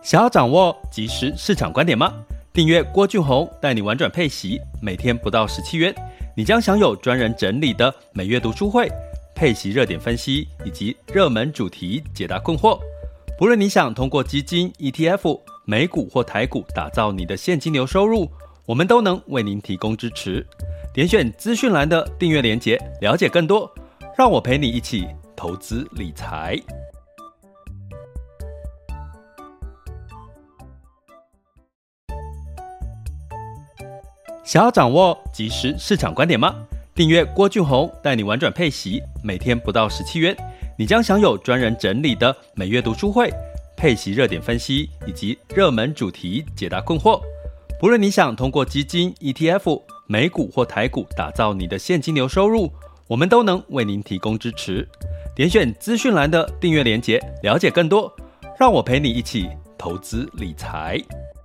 想要掌握即时市场观点吗？订阅郭俊宏带你玩转配息，每天不到17元，你将享有专人整理的每月读书会、配息热点分析以及热门主题解答困惑。不论你想通过基金、ETF、美股或台股打造你的现金流收入，我们都能为您提供支持。点选资讯栏的订阅连结，了解更多。让我陪你一起投资理财。想要掌握即时市场观点吗？订阅郭俊宏带你玩转配息，每天不到17元，你将享有专人整理的每月读书会、配息热点分析以及热门主题解答困惑。不论你想通过基金、ETF、美股或台股打造你的现金流收入，我们都能为您提供支持。点选资讯栏的订阅连结，了解更多。让我陪你一起投资理财。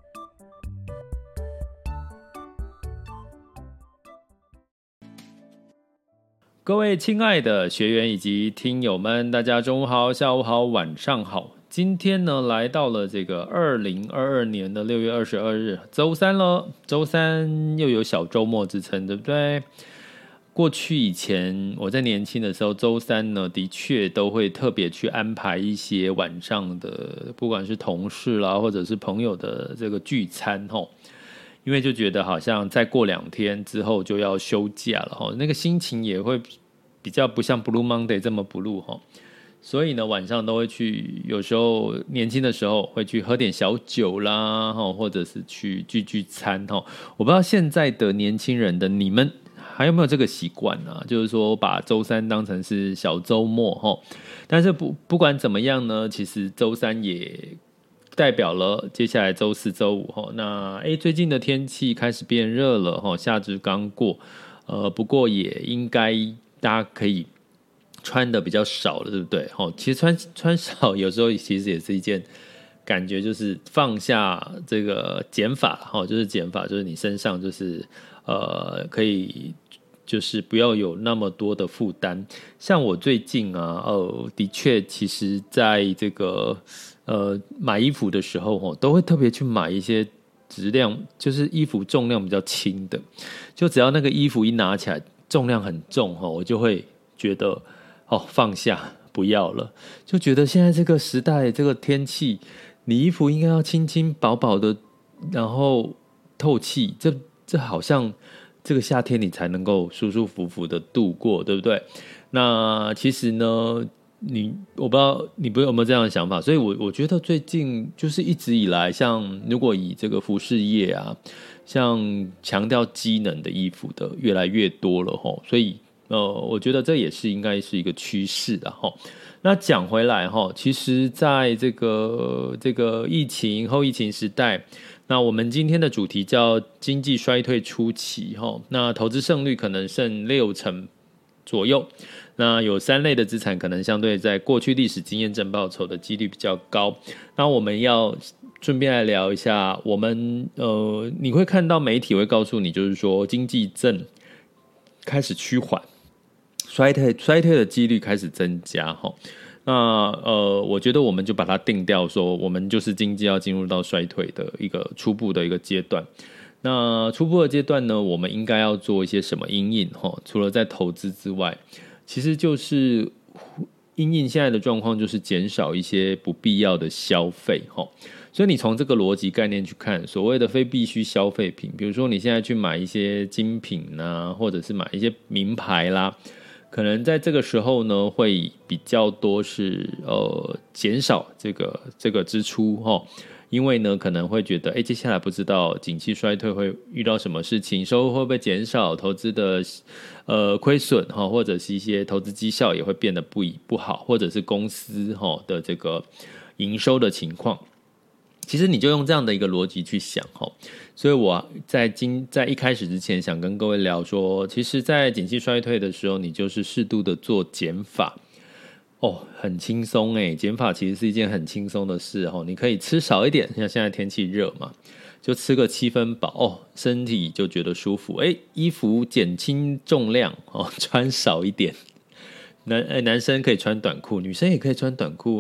各位亲爱的学员以及听友们，大家中午好、下午好、晚上好。今天呢，来到了这个2022年的6月22日，周三了。周三又有小周末之称，对不对？过去以前我在年轻的时候，周三呢的确都会特别去安排一些晚上的，不管是同事啦，或者是朋友的这个聚餐吼。因为就觉得好像再过2天之后就要休假了，那个心情也会比较不像 Blue Monday 这么 blue， 所以呢晚上都会去，有时候年轻的时候会去喝点小酒啦，或者是去聚餐。我不知道现在的年轻人的你们还有没有这个习惯啊？就是说把周三当成是小周末，但是不管怎么样呢，其实周三也代表了接下来周四周五。那最近的天气开始变热了，夏至刚过，不过也应该大家可以穿的比较少了，对不对？其实穿少有时候其实也是一件感觉，就是放下这个减法，就是减法，就是你身上就是可以就是不要有那么多的负担。像我最近啊，的确其实在这个买衣服的时候都会特别去买一些质量，就是衣服重量比较轻的，就只要那个衣服一拿起来重量很重，我就会觉得放下不要了，就觉得现在这个时代这个天气，你衣服应该要轻轻薄薄的，然后透气，这好像这个夏天你才能够舒舒服服的度过，对不对？那其实呢，我不知道你有没有这样的想法，所以我觉得最近就是一直以来，像如果以这个服饰业啊，像强调机能的衣服的越来越多了，所以我觉得这也是应该是一个趋势的。那讲回来，其实在这个疫情后疫情时代，那我们今天的主题叫经济衰退初期，那投资胜率可能剩60%左右，那有3类的资产可能相对在过去历史经验正报酬的几率比较高。那我们要顺便来聊一下，我们你会看到媒体会告诉你，就是说经济正开始趋缓，衰退的几率开始增加。那我觉得我们就把它定调说，我们就是经济要进入到衰退的一个初步的一个阶段。那初步的阶段呢，我们应该要做一些什么因应？除了在投资之外，其实就是因应现在的状况，就是减少一些不必要的消费。所以你从这个逻辑概念去看，所谓的非必需消费品，比如说你现在去买一些精品啊，或者是买一些名牌啦，可能在这个时候呢，会比较多是减少这个支出。因为呢可能会觉得接下来不知道景气衰退会遇到什么事情，收入会不会减少，投资的亏损，或者是一些投资绩效也会变得不好，或者是公司的这个营收的情况。其实你就用这样的一个逻辑去想，所以我在一开始之前想跟各位聊说，其实在景气衰退的时候，你就是适度的做减法。很轻松减法其实是一件很轻松的事你可以吃少一点，像现在天气热嘛，就吃个7分饱身体就觉得舒服。衣服减轻重量穿少一点。男生可以穿短裤，女生也可以穿短裤，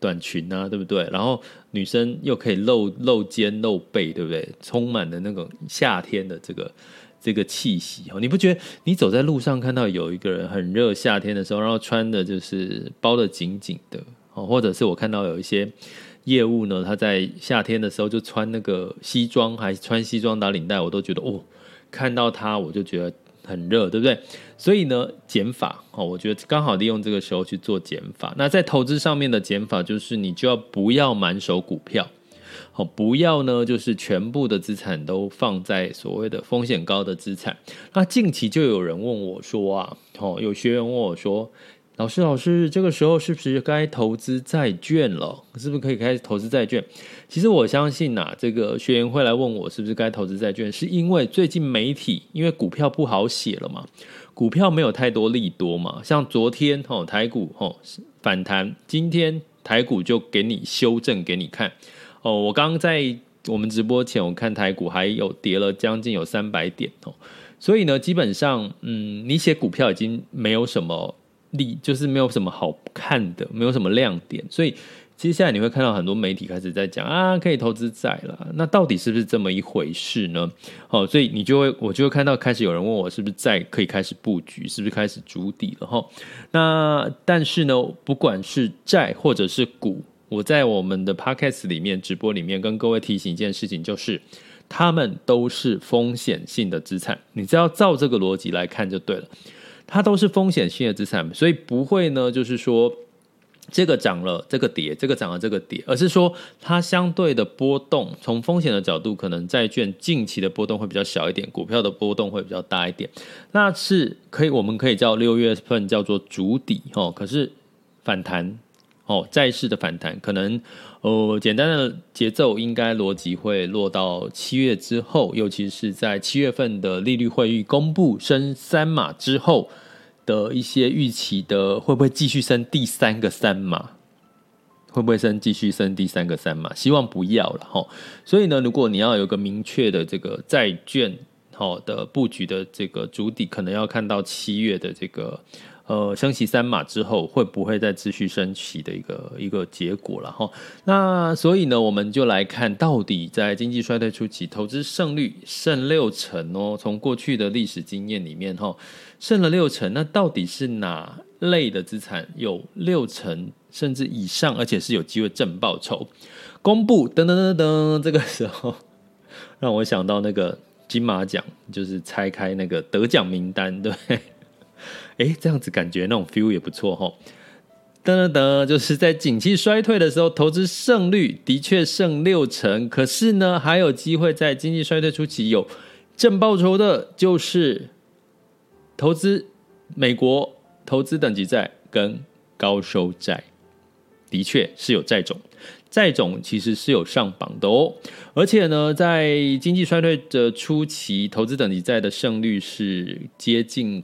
短裙啊，对不对？然后女生又可以露肩露背，对不对？充满了那种夏天的这个气息。你不觉得你走在路上看到有一个人很热夏天的时候，然后穿的就是包得紧紧的，或者是我看到有一些业务呢，他在夏天的时候就穿那个西装，还穿西装打领带，我都觉得看到他我就觉得很热，对不对？所以呢，减法我觉得刚好利用这个时候去做减法。那在投资上面的减法，就是你就不要满手股票，不要呢就是全部的资产都放在所谓的风险高的资产。那近期就有人问我说有学员问我说，老师，这个时候是不是该投资债券了？是不是可以开始投资债券？其实我相信这个学员会来问我是不是该投资债券，是因为最近媒体因为股票不好写了嘛，股票没有太多利多嘛，像昨天台股反弹，今天台股就给你修正给你看。我刚刚在我们直播前，我看台股还有跌了将近有300点所以呢，基本上你写股票已经没有什么就是没有什么好看的，没有什么亮点，所以接下来你会看到很多媒体开始在讲可以投资债了，那到底是不是这么一回事呢？所以我就会看到开始有人问我是不是债可以开始布局，是不是开始筑底了那但是呢，不管是债或者是股，我在我们的 podcast 里面直播里面跟各位提醒一件事情，就是他们都是风险性的资产，你只要照这个逻辑来看就对了。它都是风险性的资产，所以不会呢，就是说这个涨了这个跌，这个涨了这个跌，而是说它相对的波动，从风险的角度，可能债券近期的波动会比较小一点，股票的波动会比较大一点。那是我们可以叫6月份叫做筑底可是反弹债市的反弹可能简单的节奏应该逻辑会落到7月之后，尤其是在7月份的利率会议公布升3码之后的一些预期的，会不会继续升第3个3码？会不会继续升第3个3码？希望不要了所以呢，如果你要有个明确的这个债券的布局的这个主底，可能要看到7月的这个升息3码之后会不会再持续升息的一个结果了那所以呢，我们就来看到底在经济衰退初期，投资胜率胜60%从过去的历史经验里面胜了60%，那到底是哪类的资产有60%甚至以上，而且是有机会正报酬？公布噔噔噔噔，这个时候让我想到那个金马奖，就是拆开那个得奖名单，对。这样子感觉那种 feel 也不错噔噔噔，就是在景气衰退的时候，投资胜率的确胜60%，可是呢，还有机会在经济衰退初期有正报酬的，就是投资美国投资等级债跟高收债，的确是有债种。债种其实是有上榜的而且呢，在经济衰退的初期，投资等级债的胜率是接近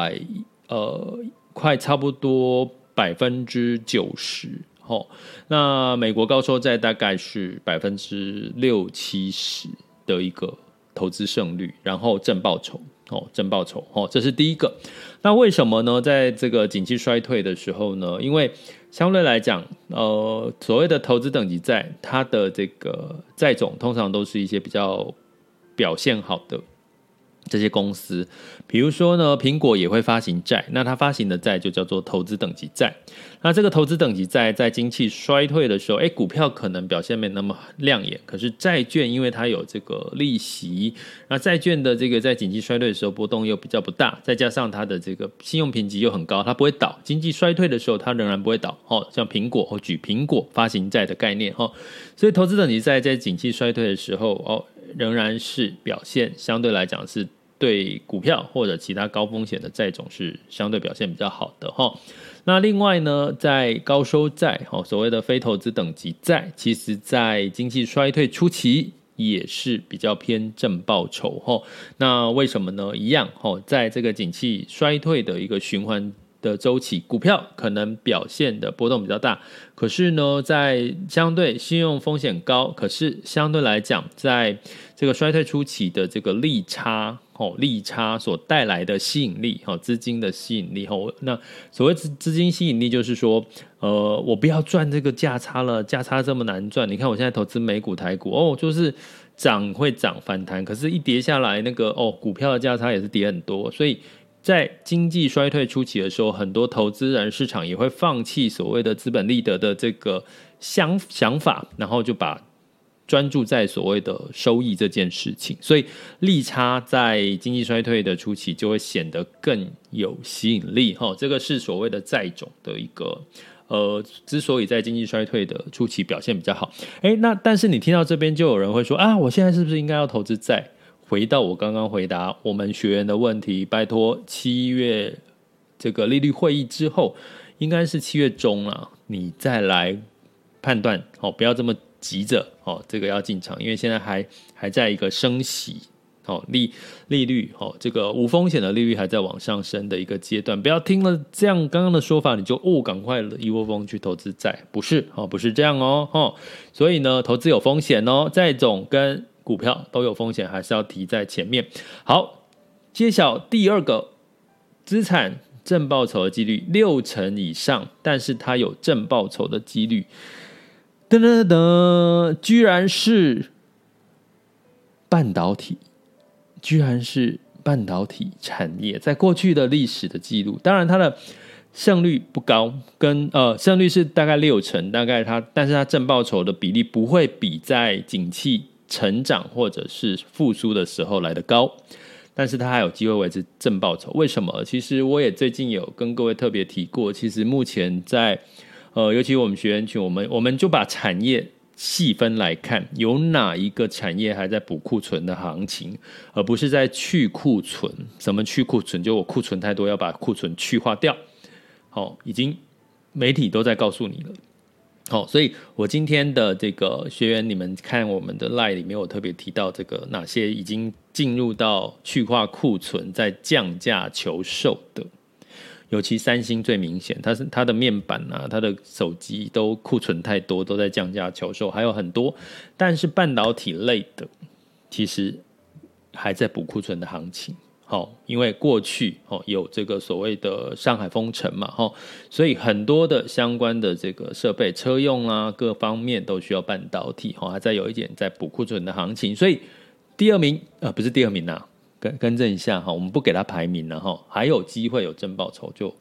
快差不多90%那美国高收债大概是60-70%的一个投资胜率，然后正报酬这是第一个。那为什么呢？在这个景气衰退的时候呢，因为相对来讲所谓的投资等级债，它的这个债种通常都是一些比较表现好的这些公司，比如说呢，苹果也会发行债，那它发行的债就叫做投资等级债。那这个投资等级债在经济衰退的时候，股票可能表现没那么亮眼，可是债券因为它有这个利息，那债券的这个在景气衰退的时候波动又比较不大，再加上它的这个信用评级又很高，它不会倒，经济衰退的时候它仍然不会倒像苹果举苹果发行债的概念所以投资等级债在景气衰退的时候仍然是表现相对来讲是对股票或者其他高风险的债种是相对表现比较好的那另外呢，在高收债所谓的非投资等级债，其实在经济衰退初期也是比较偏正报酬那为什么呢？一样在这个景气衰退的一个循环的周期，股票可能表现的波动比较大，可是呢，在相对信用风险高，可是相对来讲，在这个衰退初期的这个利差所带来的吸引力，资金的吸引力，那所谓资金吸引力就是说，我不要赚这个价差了，价差这么难赚。你看我现在投资美股台股，就是涨会涨反弹，可是一跌下来，那个股票的价差也是跌很多，所以在经济衰退初期的时候，很多投资人市场也会放弃所谓的资本利得的这个想法，然后就把专注在所谓的收益这件事情，所以利差在经济衰退的初期就会显得更有吸引力，这个是所谓的债种的一个之所以在经济衰退的初期表现比较好。那但是你听到这边就有人会说啊，我现在是不是应该要投资债？回到我刚刚回答我们学员的问题，拜托7月这个利率会议之后，应该是7月中了，你再来判断，不要这么急着这个要进场，因为现在还在一个升息利率这个无风险的利率还在往上升的一个阶段，不要听了这样刚刚的说法你就赶快一窝蜂去投资债，不是这样所以呢，投资有风险债种跟股票都有风险，还是要提在前面。好，揭晓第二个资产正报酬的几率60%以上，但是它有正报酬的几率居然是半导体，产业。在过去的历史的记录，当然它的胜率不高，胜率是大概60%，大概但是它正报酬的比例不会比在景气成长或者是复苏的时候来得高，但是它还有机会维持正报酬。为什么？其实我也最近有跟各位特别提过，其实目前在尤其我们学员群，我们就把产业细分来看，有哪一个产业还在补库存的行情，而不是在去库存。什么去库存？就我库存太多，要把库存去化掉。已经媒体都在告诉你了。所以我今天的这个学员，你们看我们的 LINE 里面，我特别提到这个哪些已经进入到去化库存，在降价求售的，尤其三星最明显，它的面板啊，它的手机都库存太多，都在降价求售，还有很多。但是半导体类的，其实还在补库存的行情。因为过去有这个所谓的上海封城嘛，所以很多的相关的这个设备、车用啊各方面都需要半导体，还在有一点在补库存的行情。所以第二名不是第二名啊，更正一下我们不给他排名了还有机会有正报酬，就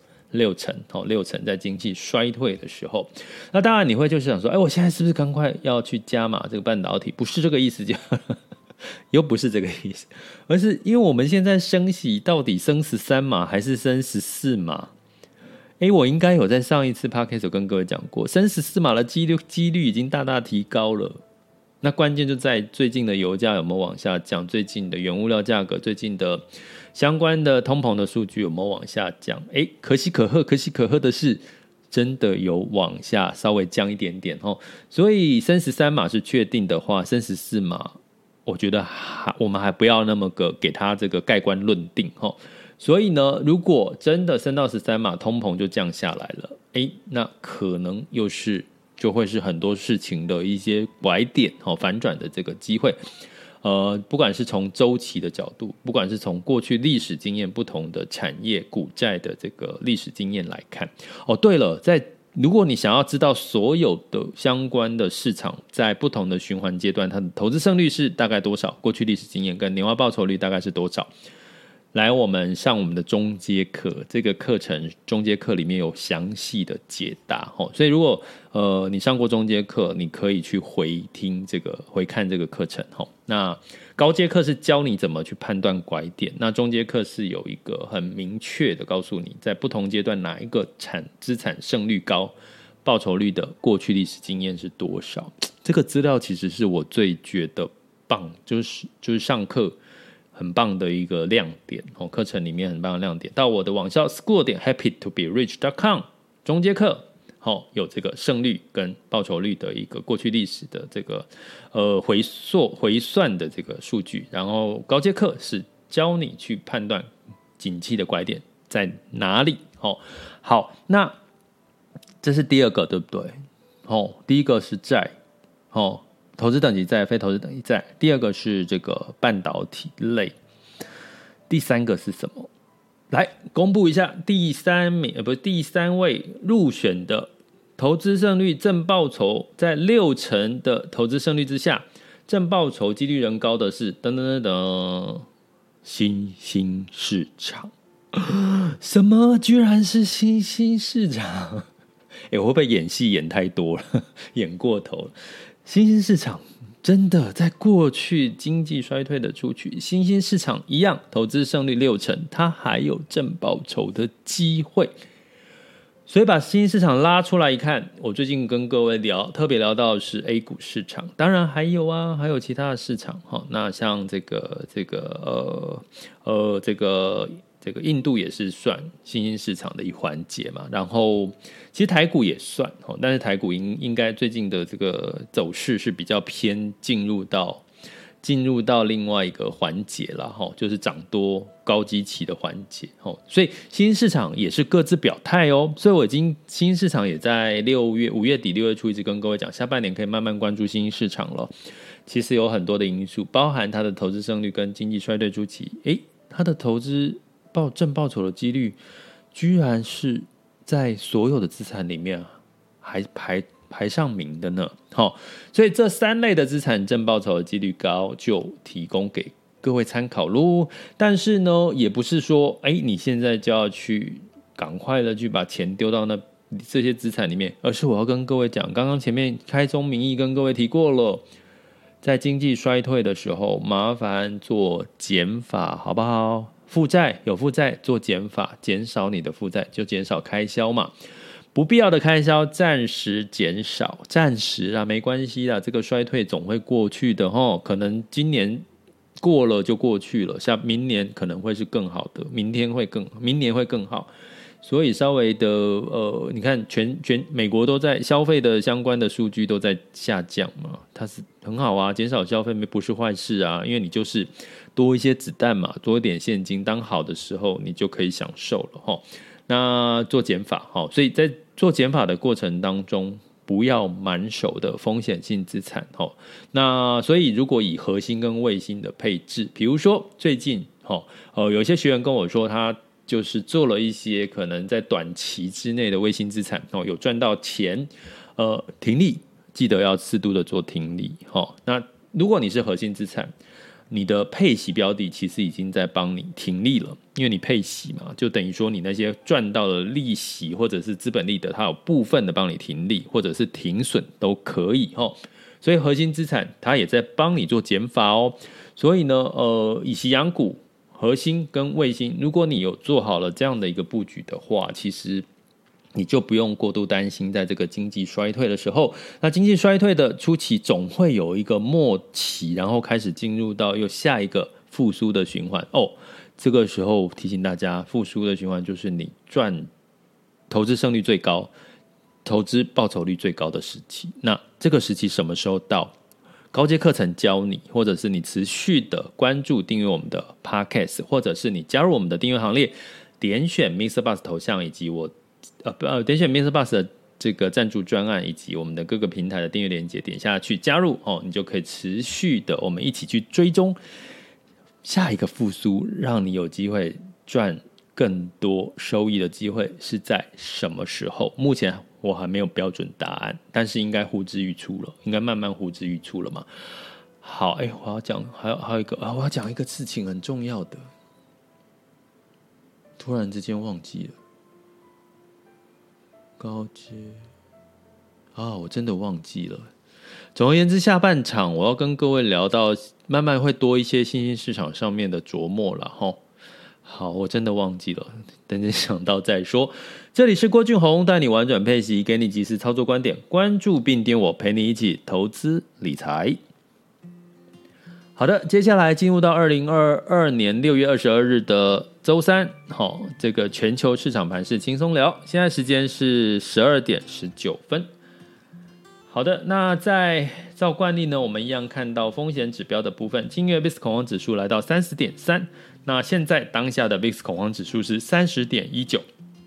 60%在经济衰退的时候。那当然你会就是想说，我现在是不是赶快要去加码这个半导体？不是这个意思又不是这个意思，而是因为我们现在升息到底升13码还是升14码？我应该有在上一次 Podcast 有跟各位讲过，升14码的几率已经大大提高了。那关键就在最近的油价有没有往下降，最近的原物料价格，最近的相关的通膨的数据有没有往下降？可喜可贺的是，真的有往下稍微降一点点所以升13码是确定的话，升14码。我觉得我们还不要那么给他这个盖棺论定所以呢，如果真的升到13码，通膨就降下来了，那可能就会是很多事情的一些拐点反转的这个机会。不管是从周期的角度，不管是从过去历史经验不同的产业股债的这个历史经验来看。对了，如果你想要知道所有的相关的市场在不同的循环阶段它的投资胜率是大概多少，过去历史经验跟年化报酬率大概是多少，来我们上我们的中阶课，这个课程中阶课里面有详细的解答所以如果你上过中阶课，你可以去回看这个课程那高阶课是教你怎么去判断拐点，那中阶课是有一个很明确的告诉你在不同阶段哪一个资产胜率高，报酬率的过去历史经验是多少。这个资料其实是我最觉得棒，就是上课很棒的一个亮点课程里面很棒的亮点。到我的网校 school.happytoberich.com 中阶课有这个胜率跟报酬率的一个过去历史的这个回算的这个数据，然后高阶课是教你去判断景气的拐点在哪里好，那这是第二个，对不对？第一个是债，投资等级债、非投资等级债。第二个是这个半导体类。第三个是什么？来公布一下第三位入选的投资胜率正报酬在60%的投资胜率之下，正报酬几率仍高的是新兴市场。什么？居然是新兴市场？我会不会演戏演太多了，演过头了？新兴市场真的在过去经济衰退的初期，新兴市场一样，投资胜率60%，它还有正报酬的机会。所以把新兴市场拉出来一看，我最近跟各位特别聊到的是 A 股市场，当然还有其他的市场。那像这个印度也是算新兴市场的一环节嘛，然后其实台股也算，但是台股应该最近的这个走势是比较偏进入到另外一个环节啦，就是涨多高基期的环节，所以新兴市场也是各自表态哦。所以我已经新兴市场也在5月底6月初一直跟各位讲，下半年可以慢慢关注新兴市场了。其实有很多的因素，包含它的投资胜率跟经济衰退初期，它的投资正报酬的几率居然是在所有的资产里面还排上名的呢。所以这3类的资产正报酬的几率高，就提供给各位参考咯。但是呢，也不是说你现在就要去赶快的去把钱丢到这些资产里面，而是我要跟各位讲，刚刚前面开宗明义跟各位提过了，在经济衰退的时候，麻烦做减法好不好？有负债做减法，减少你的负债就减少开销嘛。不必要的开销暂时减少，暂时啊，没关系啦，这个衰退总会过去的可能今年过了就过去了，明年可能会是更好的，明年会更好。所以稍微的你看全美国都在消费的相关的数据都在下降嘛，它是很好啊，减少消费不是坏事啊，因为你就是多一些子弹嘛，多一点现金，当好的时候你就可以享受了那做减法所以在做减法的过程当中，不要满手的风险性资产那所以如果以核心跟卫星的配置，比如说最近有些学员跟我说，他就是做了一些可能在短期之内的卫星资产有赚到钱，停利记得要适度的做停利那如果你是核心资产，你的配息标的其实已经在帮你停利了，因为你配息嘛，就等于说你那些赚到的利息或者是资本利得，它有部分的帮你停利或者是停损都可以所以核心资产它也在帮你做减法所以呢以息养股，核心跟卫星，如果你有做好了这样的一个布局的话，其实你就不用过度担心在这个经济衰退的时候，那经济衰退的初期总会有一个末期，然后开始进入到又下一个复苏的循环这个时候提醒大家，复苏的循环就是你投资胜率最高，投资报酬率最高的时期。那这个时期什么时候到？高阶课程教你，或者是你持续的关注订阅我们的 Podcast， 或者是你加入我们的订阅行列，点选 MrBoss 头像以及点选 MrBoss 的这个赞助专案以及我们的各个平台的订阅连结，点下去加入你就可以持续的我们一起去追踪下一个复苏，让你有机会赚更多收益的机会是在什么时候？目前我还没有标准答案，但是应该呼之欲出了，应该慢慢呼之欲出了嘛。好，我要讲还有一个我要讲一个事情很重要的，突然之间忘记了。高阶我真的忘记了。总而言之，下半场我要跟各位聊到，慢慢会多一些新兴市场上面的琢磨了好，我真的忘记了，等等想到再说。这里是郭俊宏，带你玩转配息，给你及时操作观点，关注并点我，陪你一起投资理财。好的，接下来进入到2022年6月22日的周三，这个全球市场盘势轻松聊，现在时间是12点19分。好的，那照惯例呢，我们一样看到风险指标的部分，今月 VIX 恐慌指数来到 30.3， 那现在当下的 VIX 恐慌指数是 30.19，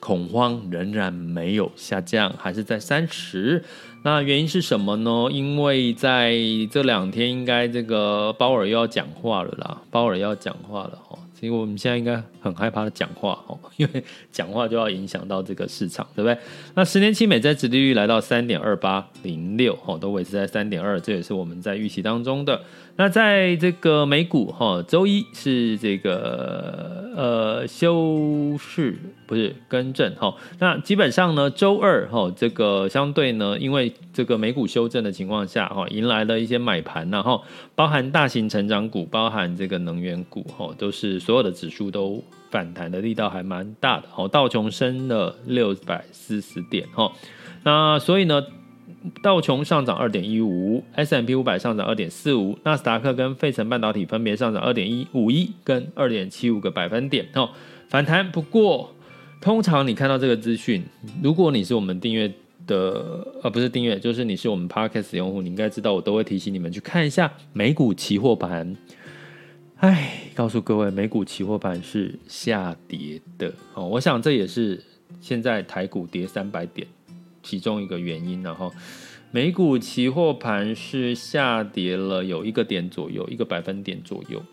恐慌仍然没有下降，还是在30。那原因是什么呢？因为在这2天应该这个鲍尔又要讲话了啦，所以我们现在应该很害怕他讲话，因为讲话就要影响到这个市场，对不对？那10年期美债殖利率来到 3.2806， 都维持在 3.2， 这也是我们在预期当中的。那在这个美股，周一是这个修饰，不是更正。那基本上呢，周二这个相对呢，因为这个美股修正的情况下，迎来了一些买盘，然后包含大型成长股，包含这个能源股，都是所有的指数都反弹的力道还蛮大的。道琼升了640点，那所以呢，道琼上涨 2.15%， S&P 500上涨 2.45%， 纳斯达克跟费城半导体分别上涨 2.51% 跟 2.75 个百分点，反弹。不过通常你看到这个资讯，如果你是我们订阅的不是订阅，就是你是我们 Podcast 用户，你应该知道我都会提醒你们去看一下美股期货盘。告诉各位，美股期货盘是下跌的，我想这也是现在台股跌300点其中一个原因。然后美股期货盘是下跌了有1个点左右，1个百分点左右，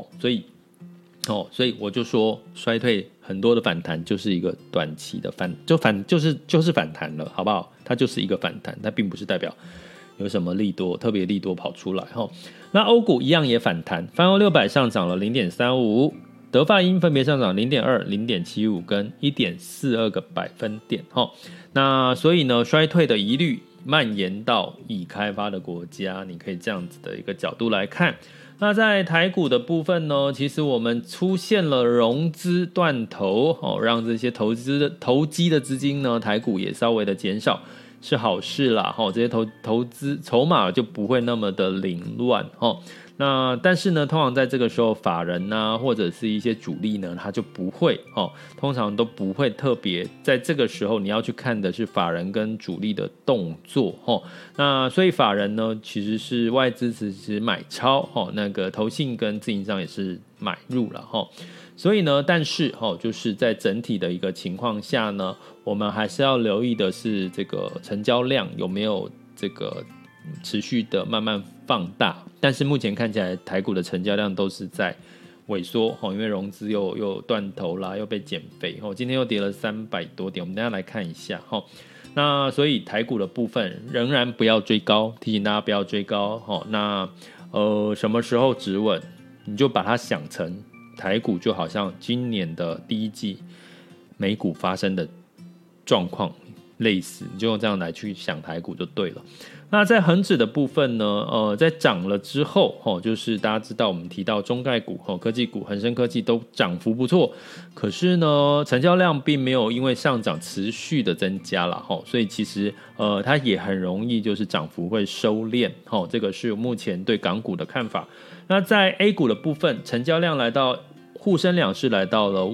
所以我就说衰退很多的反弹就是一个短期的就是反弹了，好不好？它就是一个反弹，它并不是代表有什么特别利多跑出来。那欧股一样也反弹，泛欧600上涨了 0.35%， 德法英分别上涨 0.2、0.75 跟 1.42 个百分点。那所以呢，衰退的疑虑蔓延到已开发的国家，你可以这样子的一个角度来看。那在台股的部分呢，其实我们出现了融资断头，让这些投机的资金呢，台股也稍微的减少，是好事啦，这些投资筹码就不会那么的凌乱。那但是呢，通常在这个时候，法人啊，或者是一些主力呢，他就不会通常都不会特别在这个时候，你要去看的是法人跟主力的动作。那所以法人呢，其实是外资其实买超，那个投信跟自营商也是买入了。所以呢，但是就是在整体的一个情况下呢，我们还是要留意的是这个成交量有没有这个持续的慢慢放大。但是目前看起来台股的成交量都是在萎缩，因为融资又断头啦，又被减肥，今天又跌了300多点，我们等一下来看一下。那所以台股的部分仍然不要追高，提醒大家不要追高。那什么时候止稳，你就把它想成台股就好像今年的第一季美股发生的状况类似，你就用这样来去想台股就对了。那在恒指的部分呢，在涨了之后，就是大家知道我们提到中概股、科技股、恒生科技都涨幅不错，可是呢，成交量并没有因为上涨持续的增加了，所以其实它也很容易就是涨幅会收敛，这个是目前对港股的看法。那在 A 股的部分，成交量来到沪深两市来到了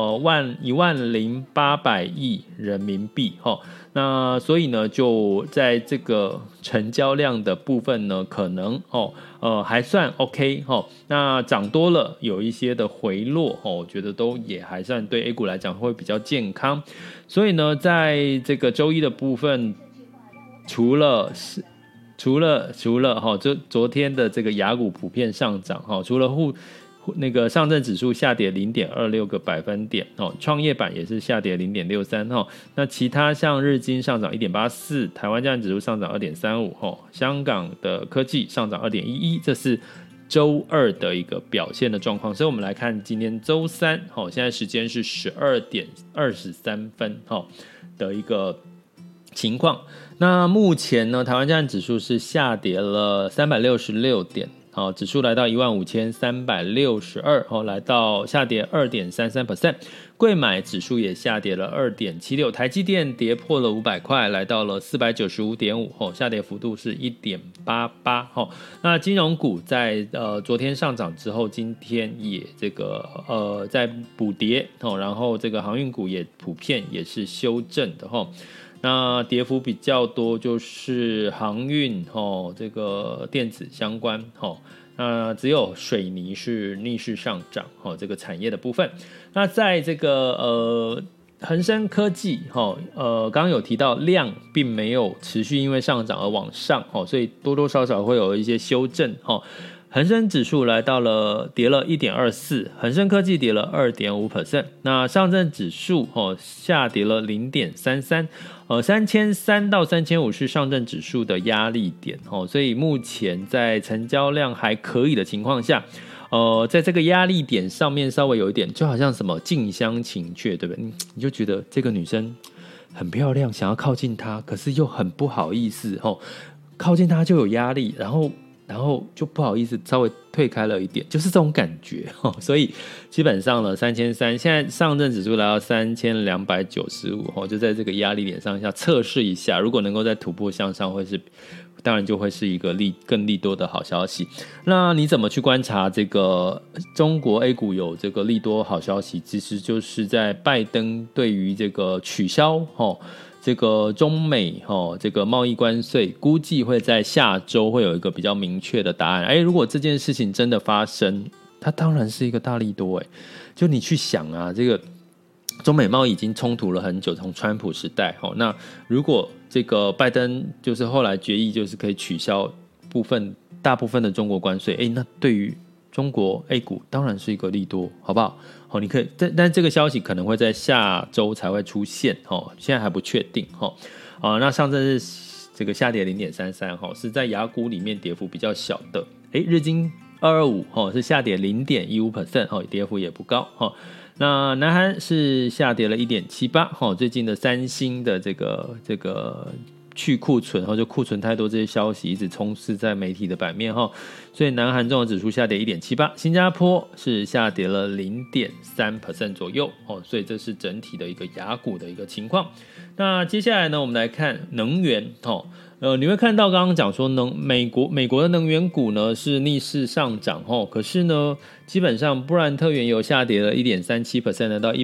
10800亿人民币，那所以呢，就在这个成交量的部分呢，可能还算 OK， 那涨多了有一些的回落，我觉得都也还算对 A 股来讲会比较健康。所以呢，在这个周一的部分，除了昨天的这个亚股普遍上涨，除了那个上证指数下跌 0.26 个百分点，创业板也是下跌 0.63， 那其他像日经上涨 1.84， 台湾加权指数上涨 2.35， 香港的科技上涨 2.11， 这是周二的一个表现的状况。所以我们来看今天周三，现在时间是12点23分的一个情况。那目前呢，台湾加权指数是下跌了366点，指数来到15362，来到下跌 2.33%， 柜买指数也下跌了 2.76%， 台积电跌破了500块，来到了 495.5， 下跌幅度是 1.88%。那金融股在昨天上涨之后，今天也这个在补跌，然后这个航运股也普遍也是修正的。那跌幅比较多就是航运这个电子相关那只有水泥是逆势上涨这个产业的部分。那在这个恒生科技刚刚有提到量并没有持续因为上涨而往上所以多多少少会有一些修正恒生指数来到了跌了 1.24%， 恒生科技跌了 2.5%， 那上证指数下跌了 0.33%， 3300到3500是上证指数的压力点所以目前在成交量还可以的情况下在这个压力点上面稍微有一点就好像什么近乡情怯，对不对？你就觉得这个女生很漂亮，想要靠近她，可是又很不好意思靠近她就有压力，然后就不好意思稍微退开了一点，就是这种感觉所以基本上呢3300，现在上证指数来到3295就在这个压力点上下测试一下，如果能够再突破向上当然就会是一个更利多的好消息。那你怎么去观察这个中国 A 股有这个利多好消息？其实就是在拜登对于这个取消这个中美这个贸易关税，估计会在下周会有一个比较明确的答案。如果这件事情真的发生，它当然是一个大利多就你去想啊，这个中美贸易已经冲突了很久，从川普时代那如果这个拜登就是后来决议就是可以取消大部分的中国关税那对于中国 A 股当然是一个利多，好不好你可以但这个消息可能会在下周才会出现现在还不确定那上证是这个下跌 0.33 是在亚股里面跌幅比较小的日经225是下跌 0.15% 跌幅也不高那南韩是下跌了 1.78%最近的三星的这个去库存就库存太多这些消息一直充斥在媒体的版面所以南韩综合指数下跌 1.78%， 新加坡是下跌了 0.3% 左右所以这是整体的一个亚股的一个情况。那接下来呢，我们来看能源你会看到刚刚讲说美国的能源股呢是逆势上涨可是呢基本上布兰特原油下跌了 1.37% 来到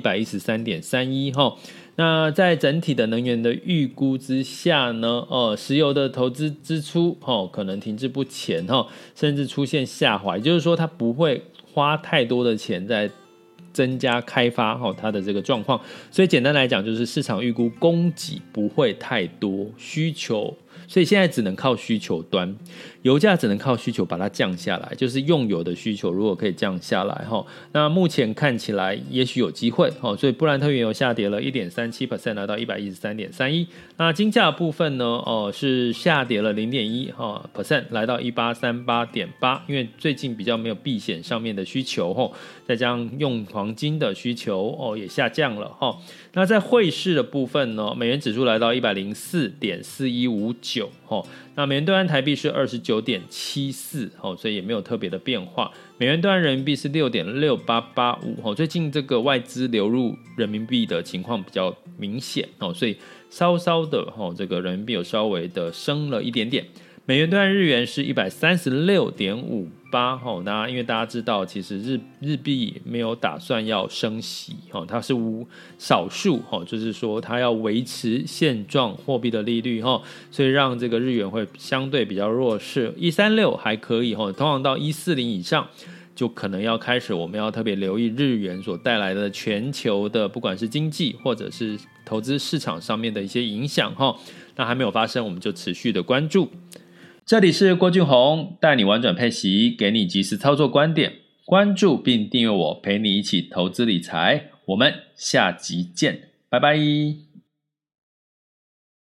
113.31 那在整体的能源的预估之下呢石油的投资支出可能停滞不前甚至出现下滑，也就是说它不会花太多的钱在增加开发它的这个状况，所以简单来讲就是市场预估供给不会太多，需求所以现在只能靠需求端，油价只能靠需求把它降下来，就是用油的需求如果可以降下来那目前看起来也许有机会所以布兰特原油下跌了 1.37% 来到 113.31。 那金价部分呢是下跌了 0.1% 来到 1838.8， 因为最近比较没有避险上面的需求再加上用黄金的需求也下降了那在汇市的部分呢，美元指数来到 104.4159 那美元兑换台币是 29.74 所以也没有特别的变化。美元兑换人民币是 6.6885 最近这个外资流入人民币的情况比较明显所以稍稍的这个人民币有稍微的升了一点点。美元兑换日元是 136.58 那因为大家知道其实日币没有打算要升息它是少数就是说它要维持现状货币的利率所以让这个日元会相对比较弱势。136还可以通常到140以上就可能要开始我们要特别留意日元所带来的全球的不管是经济或者是投资市场上面的一些影响那还没有发生我们就持续的关注。这里是郭俊宏，带你玩转配息，给你及时操作观点，关注并订阅我，陪你一起投资理财。我们下集见，拜拜。